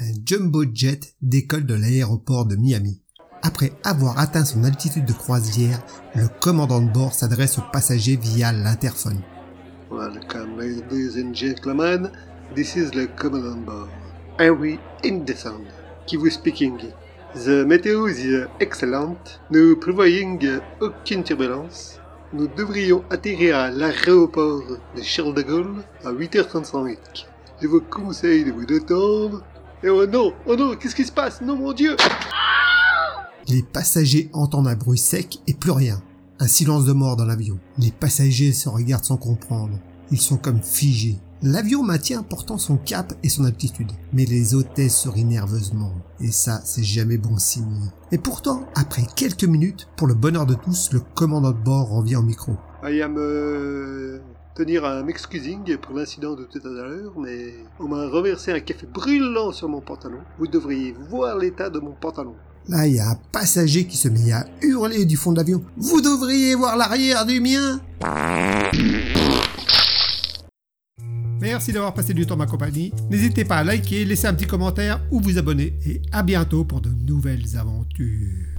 un jumbo jet décolle de l'aéroport de Miami. Après avoir atteint son altitude de croisière, le commandant de bord s'adresse aux passagers via l'interphone. Welcome, ladies and gentlemen. This is the commandant board. Henry Henderson, qui vous speaking. The météo is excellent. Nous prévoyons aucune turbulence. Nous devrions atterrir à l'aéroport de Charles de Gaulle à 8h35. Je vous conseille de vous détendre. Et oh non, qu'est-ce qui se passe? Non, mon Dieu! Les passagers entendent un bruit sec et plus rien. Un silence de mort dans l'avion. Les passagers se regardent sans comprendre. Ils sont comme figés. L'avion maintient pourtant son cap et son altitude. Mais les hôtesses sourient nerveusement. Et ça, c'est jamais bon signe. Et pourtant, après quelques minutes, pour le bonheur de tous, le commandant de bord revient au micro. I am tenir à m'excusing pour l'incident de tout à l'heure, mais on m'a renversé un café brûlant sur mon pantalon. Vous devriez voir l'état de mon pantalon. Là, il y a un passager qui se met à hurler du fond de l'avion. « Vous devriez voir l'arrière du mien !» Merci d'avoir passé du temps ma compagnie. N'hésitez pas à liker, laisser un petit commentaire ou vous abonner. Et à bientôt pour de nouvelles aventures.